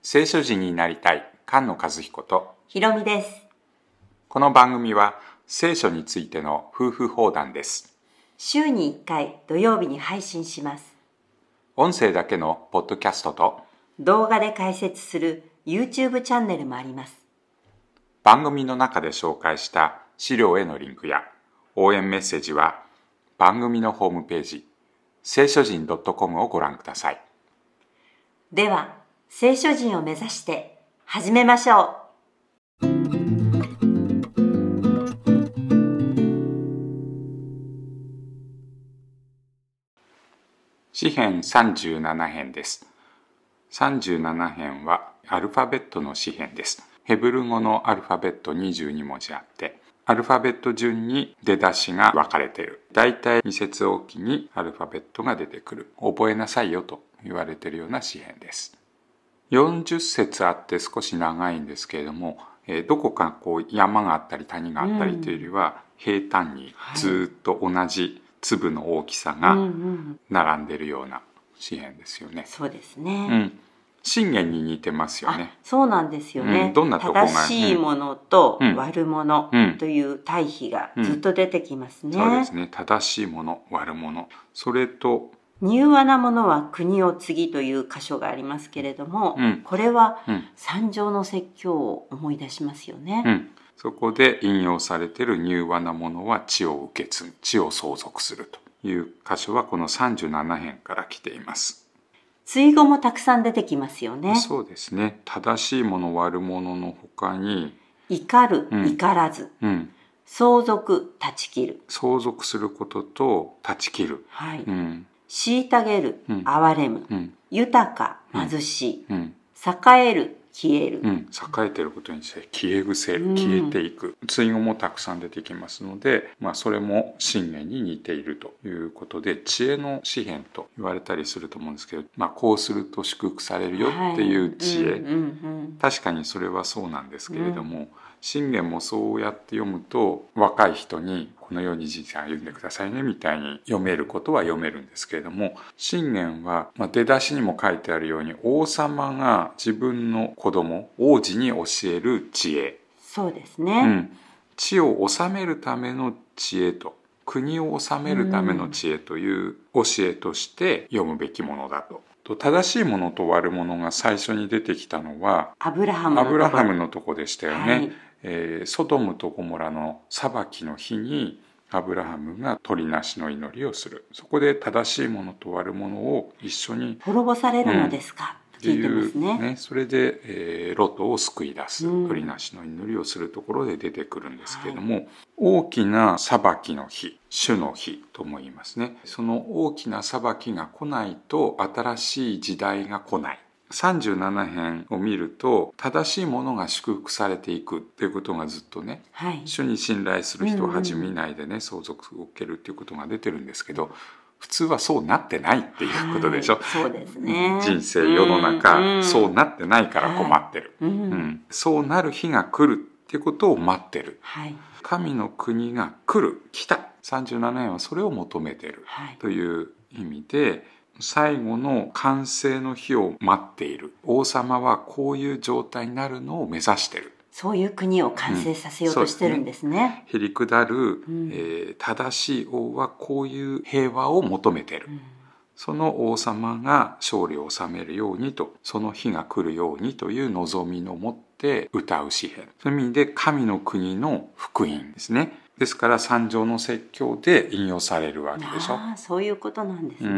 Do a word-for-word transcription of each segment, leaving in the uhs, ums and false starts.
聖書人になりたい菅野和彦とひろみです。 この番組は聖書についての夫婦放談です。 週にいっかい土曜日に配信します。 音声だけのポッドキャストと動画で解説する YouTube チャンネルもあります。 番組の中で紹介した資料へのリンクや応援メッセージは番組のホームページ聖書人 .com をご覧ください。 では聖書人を目指して始めましょう。 詩編さんじゅうなな編です。さんじゅうなな編はアルファベットの詩編です。ヘブル語のアルファベットにじゅうに文字あって、アルファベット順に出だしが分かれている。だいたいに節おきにアルファベットが出てくる。覚えなさいよと言われているような詩編です。よんじゅっ節あって少し長いんですけれども、えー、どこかこう山があったり谷があったりというよりは、平坦にずっと同じ粒の大きさが並んでいるような詩編ですよね。 そうですね。 うん。信玄に似てますよね。 そうなんですよね。 うん、どんなとこが正しいものと悪者という対比がずっと出てきますね。 うんうん、そうですね。正しいもの、悪者。それと柔和なものは国を継ぎという箇所がありますけれども、うん、これは三条の説教を思い出しますよね。 うん、そこで引用されている柔和なものは地を受け継ぐ、地を相続するという箇所はこのさんじゅうなな編から来ています。 追語もたくさん出てきますよね。 そうですね。正しいもの、悪者の他に怒る、うん、怒らず、うん、相続、断ち切る。 相続することと断ち切る。 はい。 うん、 虐げる、うん、憐れむ、うん、豊か、貧しい、うん、栄える、消える、 うん、栄えていることにして消え失せる、消えていく、対語もたくさん出てきますので、まあ、それも信玄に似ているということで、知恵の詩編と言われたりすると思うんですけど、まあ、こうすると祝福されるよっていう知恵、はい、うんうんうん、確かにそれはそうなんですけれども、うん、信玄もそうやって読むと若い人にこのように人生歩んでくださいねみたいに読めることは読めるんですけれども、信玄は出だしにも書いてあるように王様が自分の子供王子に教える知恵、 そうですね、 うん、地を治めるための知恵と国を治めるための知恵という教えとして読むべきものだと。正しいものと悪者が最初に出てきたのはアブラハムのとこ、 アブラハムのとこでしたよね、はい、えー、ソドムとゴモラの裁きの日にアブラハムが取りなしの祈りをする。そこで正しいものと悪者を一緒に滅ぼされるのですか、うん、聞いてますね。 ね、それで、えー、ロトを救い出す、うん、取りなしの祈りをするところで出てくるんですけれども、はい、大きな裁きの日、主の日とも言いますね。その大きな裁きが来ないと新しい時代が来ない。さんじゅうなな編を見ると正しいものが祝福されていくっていうことがずっとね、はい、主に信頼する人を恥みないでね、うんうん、相続を受けるっていうことが出てるんですけど、普通はそうなってないっていうことでしょ、はい、 そうですね。 人生世の中、うんうん、そうなってないから困ってる、はい、うんうん、そうなる日が来るっていうことを待ってる、はい、神の国が来る、来た、さんじゅうなな編はそれを求めてるという意味で、最後の完成の日を待っている。王様はこういう状態になるのを目指している。 そういう国を完成させようとしてるんですね。うん、ですね。 へりくだる、うん、えー、正しい王はこういう平和を求めている。うん、その王様が勝利を収めるようにと、その日が来るようにという望みのもって歌う詩編。そういう意味で神の国の福音ですね。ですから三条の説教で引用されるわけでしょ。 ああ、そういうことなんですね、うん、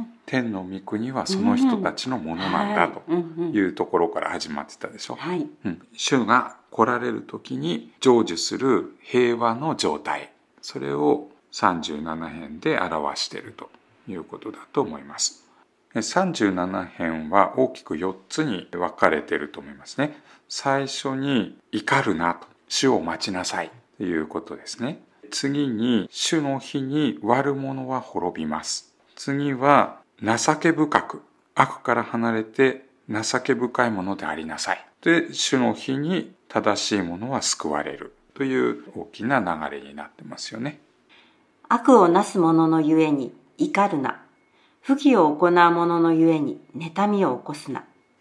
天の御国はその人たちのものなんだというところから始まってたでしょ、はい、うん、主が来られる時に成就する平和の状態、それをさんじゅうなな編で表しているということだと思います。さんじゅうなな編は大きくよっつに分かれていると思いますね。最初に怒るなと、主を待ちなさいということですね。次に主の日に悪者は滅びます。次は情け深く、悪から離れて情け深いものでありなさい。で、主の日に正しいものは救われるという大きな流れになってますよね。 悪をなす者のゆえに怒るな。不義を行う者のゆえに妬みを起こすな。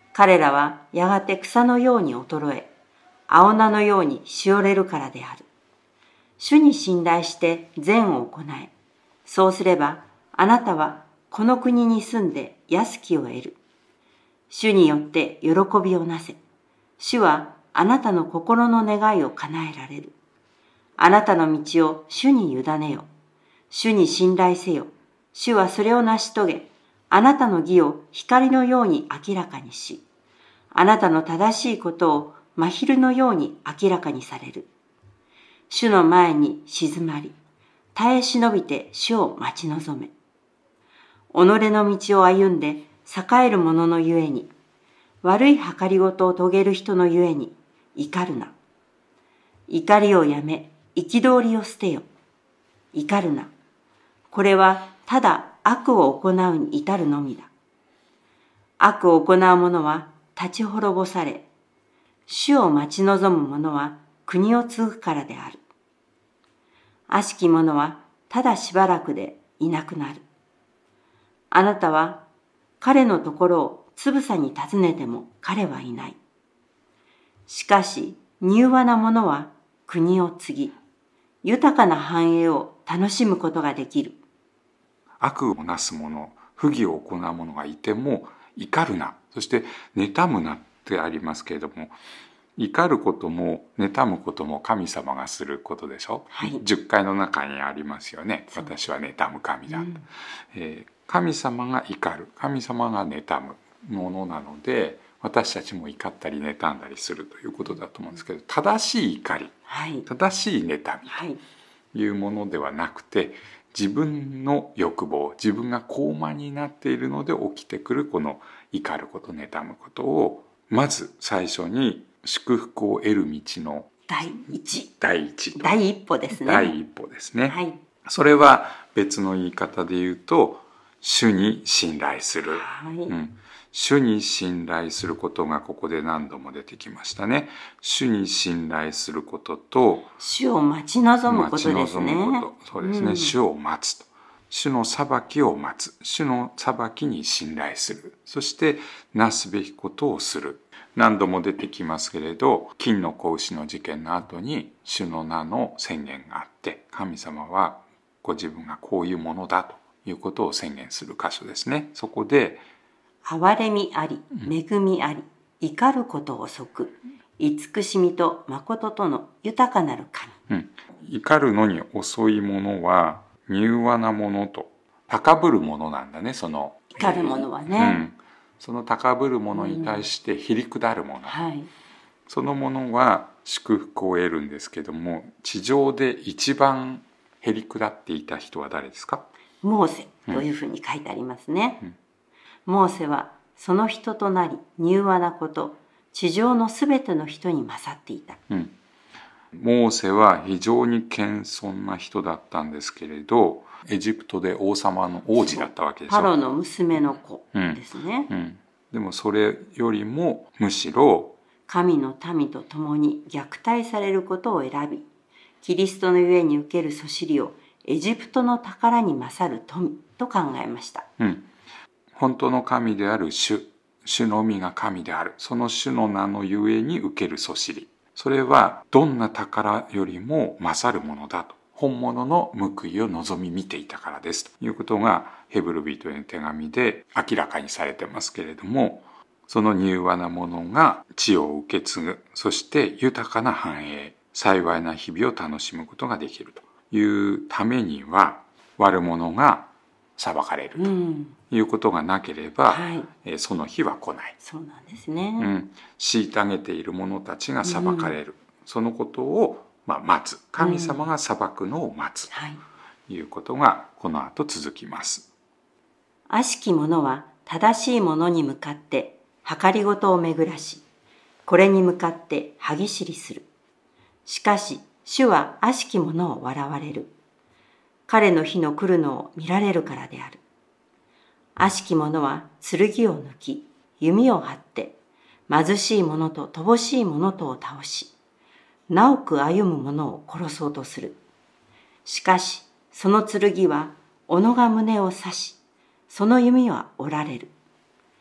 彼らはやがて草のように衰え、青菜のようにしおれるからである。主に信頼して善を行え。そうすれば、あなたはこの国に住んで安きを得る。主によって喜びをなせ。主はあなたの心の願いを叶えられる。あなたの道を主に委ねよ。主に信頼せよ。主はそれを成し遂げ、あなたの義を光のように明らかにし、あなたの正しいことを真昼のように明らかにされる。主の前に静まり、耐え忍びて主を待ち望め。己の道を歩んで栄える者のゆえに、悪い計りごとを遂げる人のゆえに怒るな。怒りをやめ、憤りを捨てよ。怒るな。これはただ悪を行うに至るのみだ。悪を行う者は立ち滅ぼされ、主を待ち望む者は国を継ぐからである。悪しき者はただしばらくでいなくなる。あなたは彼のところをつぶさに訪ねても彼はいない。しかし柔和な者は国を継ぎ、豊かな繁栄を楽しむことができる。 悪をなす者、不義を行う者がいても怒るな、そして妬むなってありますけれども、怒ることも妬むことも神様がすることでしょ、はい、じゅっかいの中にありますよね。私は妬む神だ、うんえー、神様が怒る、神様が妬むものなので、私たちも怒ったり妬んだりするということだと思うんですけど、正しい怒り、はい、正しい妬みというものではなくて、自分の欲望、自分が高慢になっているので起きてくるこの怒ること、妬むことを、まず最初に祝福を得る道の第一第一第一歩ですね。 第一歩ですね。 はい、 それは別の言い方で言うと、主に信頼する。 はいうん、主に信頼することがここで何度も出てきましたね。主に信頼することと、 主を待ち望むことですね。 待ち望むこと。そうですね。うん、主を待つと。主の裁きを待つ。主の裁きに信頼する。そしてなすべきことをする。何度も出てきますけれど、金の子牛の事件の後に主の名の宣言があって、神様はご自分がこういうものだということを宣言する箇所ですね。そこで、 憐れみあり、恵みあり、怒ること遅く、慈しみと誠との豊かなる神。 うん、怒るのに遅いものは柔和なものと高ぶるものなんだね。その怒るものはね、 うん、その高ぶるものに対してへりくだるもの、うんはい、 そのものは祝福を得るんですけども、地上で一番へりくだっていた人は誰ですか？ モーセというふうに書いてありますね。うんうん、モーセはその人となり柔和なこと、地上のすべての人に勝っていた。 うん、モーセは非常に謙遜な人だったんですけれど、エジプトで王様の王子だったわけでしょ。 パロの娘の子ですね。 うんうん、でもそれよりもむしろ神の民と共に虐待されることを選び、キリストのゆえに受けるそしりをエジプトの宝に勝る富と考えました。 うん、本当の神である主、主のみが神である。その主の名のゆえに受けるそしり。それはどんな宝よりも勝るものだと。本物の報いを望み見ていたからですということがヘブル人への手紙で明らかにされてますけれども、その柔和なものが地を受け継ぐ、そして豊かな繁栄、幸いな日々を楽しむことができるというためには、悪者が裁かれるということがなければ、うんはい、その日は来ない。 そうなんですね。 うん、虐げている者たちが裁かれる、うん、そのことをまあ待つ、神様が裁くのを待つ、うんはい、ということがこの後続きます。 悪しき者は正しい者に向かって計りごとを巡らし、これに向かって歯ぎしりする。しかし主は悪しき者を笑われる。彼の日の来るのを見られるからである。悪しき者は剣を抜き、弓を張って、貧しい者と乏しい者とを倒し、なおく歩む者を殺そうとする。しかし、その剣は、斧が胸を刺し、その弓は折られる。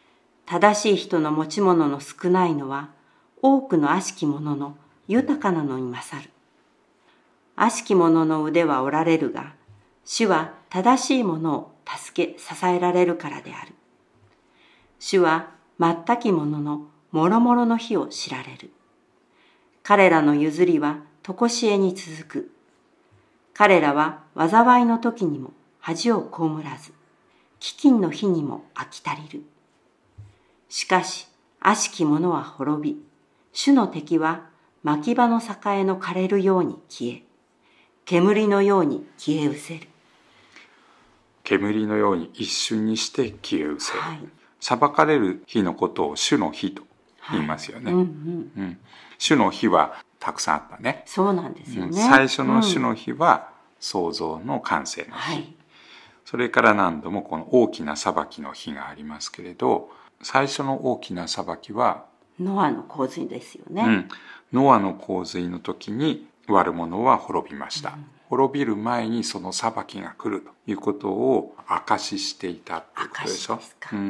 正しい人の持ち物の少ないのは、多くの悪しき者の豊かなのに勝る。悪しき者の腕は折られるが、主は正しい者を助け支えられるからである。主は全き者のもろもろの日を知られる。彼らの譲りはとこしえに続く。彼らは災いの時にも恥を被らず、飢饉の日にも飽き足りる。しかし、悪しき者は滅び、主の敵は牧場の栄の枯れるように消え、煙のように消え失せる。 煙のように一瞬にして消え失せる。はい、裁かれる日のことを主の日と言いますよね。はい、うんうんうん、主の日はたくさんあったね。 そうなんですよね。 最初の主の日は創造の完成の日。はい、それから何度もこの大きな裁きの日がありますけれど、最初の大きな裁きはノアの洪水ですよね。 うん、ノアの洪水の時に悪者は滅びました。うん、滅びる前にその裁きが来るということを証ししていたということでしょ。 証しですか。うん、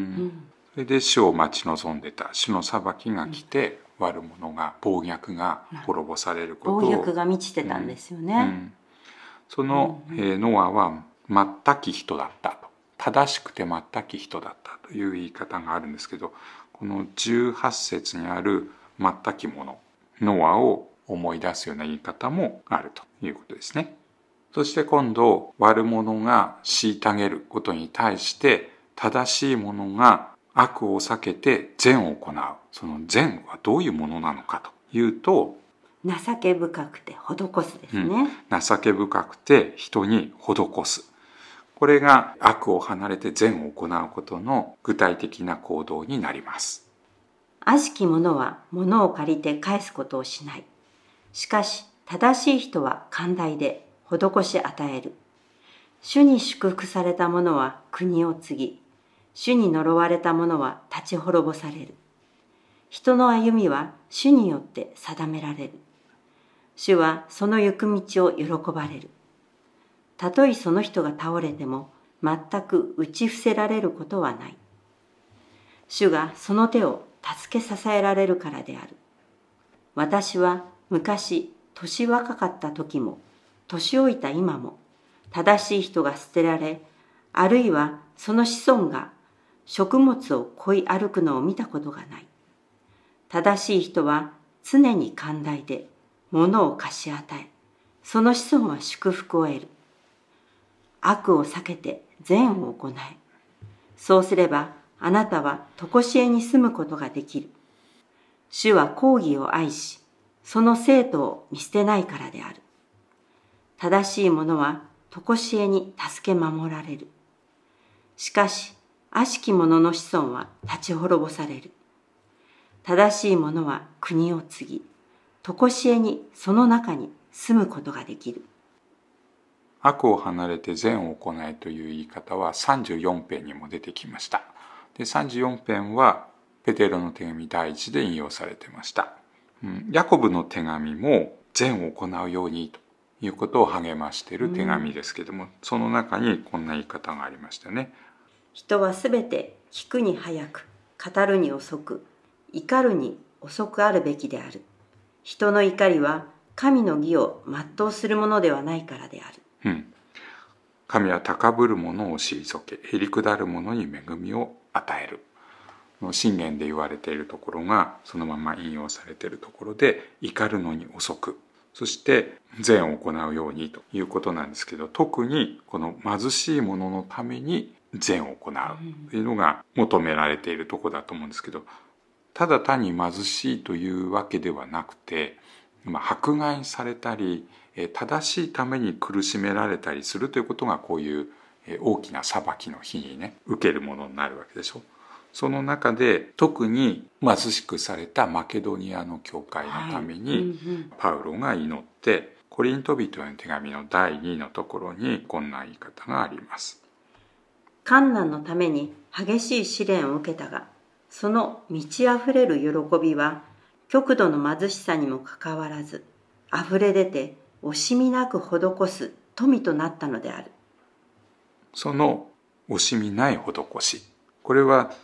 それで主を待ち望んでた。主の裁きが来て、うん、悪者が暴虐が滅ぼされることを、 暴虐が満ちてたんですよね。うんうん、 その、うんうんえー、ノアは全き人だったと。正しくて全き人だったという言い方があるんですけど、このじゅうはち節にある全きもの、ノアを思い出すような言い方もあるということですね。そして今度、悪者が虐げることに対して、正しい者が悪を避けて善を行う。その善はどういうものなのかというと、 情け深くて施すですね。 うん、情け深くて人に施す。これが悪を離れて善を行うことの具体的な行動になります。 悪しき者は物を借りて返すことをしない。しかし、正しい人は寛大で施し与える。主に祝福された者は国を継ぎ、主に呪われた者は立ち滅ぼされる。人の歩みは主によって定められる。主はその行く道を喜ばれる。たとえその人が倒れても全く打ち伏せられることはない。主がその手を助け支えられるからである。私は昔、年若かった時も、年老いた今も、正しい人が捨てられ、あるいはその子孫が食物を恋歩くのを見たことがない。正しい人は常に寛大で物を貸し与え、その子孫は祝福を得る。悪を避けて善を行え。そうすればあなたは常しえに住むことができる。主は公義を愛し、その生徒を見捨てないからである。正しい者は常しえに助け守られる。しかし、悪しき者の子孫は立ち滅ぼされる。正しい者は国を継ぎ、常しえにその中に住むことができる。 悪を離れて善を行えという言い方はさんじゅうよん編にも出てきました。でさんじゅうよん編はペテロの手紙第一で引用されてました。うん、ヤコブの手紙も善を行うようにということを励ましている手紙ですけども、うん、その中にこんな言い方がありましたね。 人はすべて聞くに早く、語るに遅く、怒るに遅くあるべきである。人の怒りは神の義を全うするものではないからである。 うん、神は高ぶる者を退け、へりくだる者に恵みを与える。箴言で言われているところがそのまま引用されているところで、怒るのに遅く、そして善を行うようにということなんですけど、特にこの貧しい者のために善を行うというのが求められているところだと思うんですけど、ただ単に貧しいというわけではなくて、迫害されたり正しいために苦しめられたりするということが、こういう大きな裁きの日にね受けるものになるわけでしょ。その中で特に貧しくされたマケドニアの教会のために、はいうんうん、パウロが祈って、コリント人への手紙のだいにのところにこんな言い方があります。 患難のために激しい試練を受けたが、その満ち溢れる喜びは極度の貧しさにもかかわらず、溢れ出て惜しみなく施す富となったのである。 その惜しみない施し、これは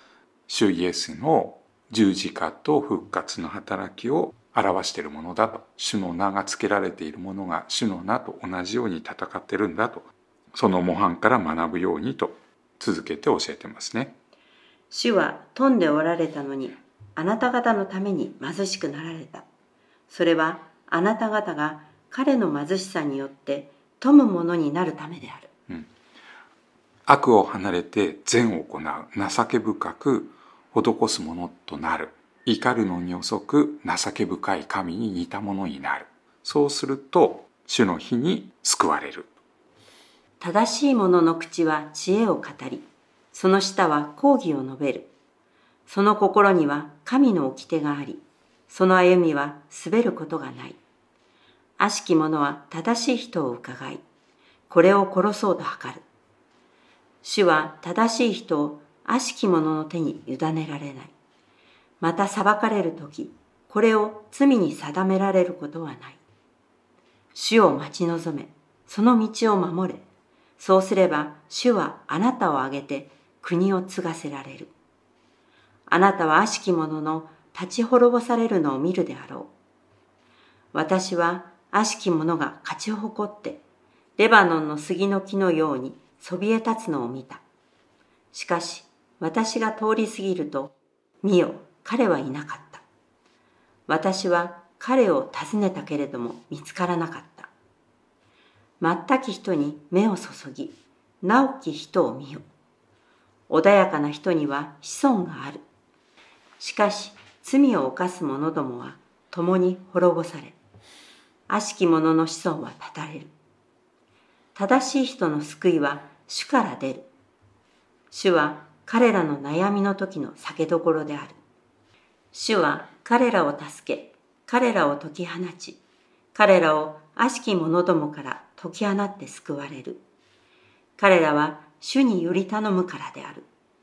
主イエスの十字架と復活の働きを表しているものだと。主の名が付けられているものが主の名と同じように戦ってるんだと。その模範から学ぶようにと続けて教えてますね。 主は富んでおられたのに、あなた方のために貧しくなられた。それはあなた方が彼の貧しさによって富むものになるためである。 うん、悪を離れて善を行う、情け深く施すものとなる。怒るのに遅く情け深い神に似たものになる。そうすると主の日に救われる。 正しい者の口は知恵を語り、その舌は講義を述べる。その心には神の掟があり、その歩みは滑ることがない。悪しき者は正しい人を伺い、これを殺そうと図る。主は正しい人を悪しき者の手に委ねられない。また裁かれるとき、これを罪に定められることはない。主を待ち望め、その道を守れ。そうすれば主はあなたを挙げて国を継がせられる。あなたは悪しき者の立ち滅ぼされるのを見るであろう。私は悪しき者が勝ち誇って、レバノンの杉の木のようにそびえ立つのを見た。しかし私が通り過ぎると、見よ、彼はいなかった。私は彼を訪ねたけれども見つからなかった。全き人に目を注ぎ、直き人を見よ。穏やかな人には子孫がある。しかし罪を犯す者どもは共に滅ぼされ、悪しき者の子孫は絶たれる。正しい人の救いは主から出る。主は彼らの悩みの時の酒どころである。主は彼らを助け、彼らを解き放ち、彼らを悪しき者どもから解き放って救われる。彼らは主により頼むからである。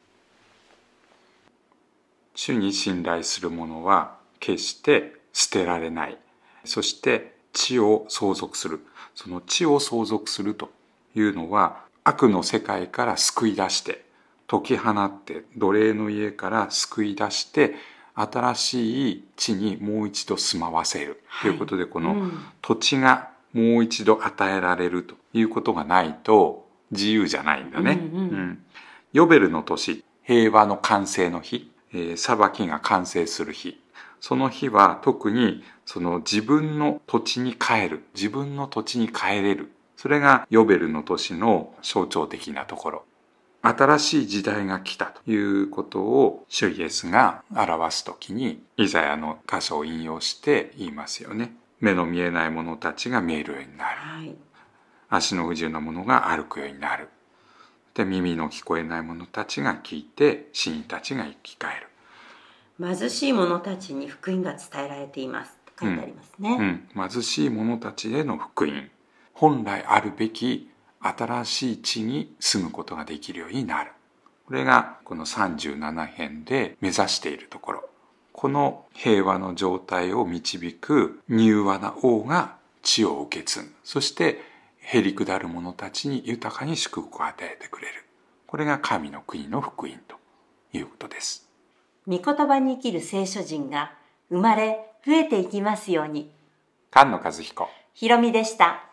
主に信頼する者は決して捨てられない。そして地を相続する。その地を相続するというのは、悪の世界から救い出して、解き放って、奴隷の家から救い出して、新しい地にもう一度住まわせるということで、はい、この土地がもう一度与えられるということがないと自由じゃないんだね。うんうんうん、ヨベルの年、平和の完成の日、えー、裁きが完成する日、その日は特にその自分の土地に帰る、自分の土地に帰れる、それがヨベルの年の象徴的なところ。新しい時代が来たということを主イエスが表すときにイザヤの箇所を引用して言いますよね。目の見えない者たちが見えるようになる、はい、足の不自由な者が歩くようになる。で、耳の聞こえない者たちが聞いて死人たちが生き返る。貧しい者たちに福音が伝えられていますと書いてありますね、 うんうん、貧しい者たちへの福音、本来あるべき新しい地に住むことができるようになる。これがこのさんじゅうなな編で目指しているところ。この平和の状態を導く柔和な王が地を受け継ぐ。そしてへりくだる者たちに豊かに祝福を与えてくれる。これが神の国の福音ということです。 御言葉に生きる聖書人が生まれ増えていきますように。 菅野和彦、 ひろみでした。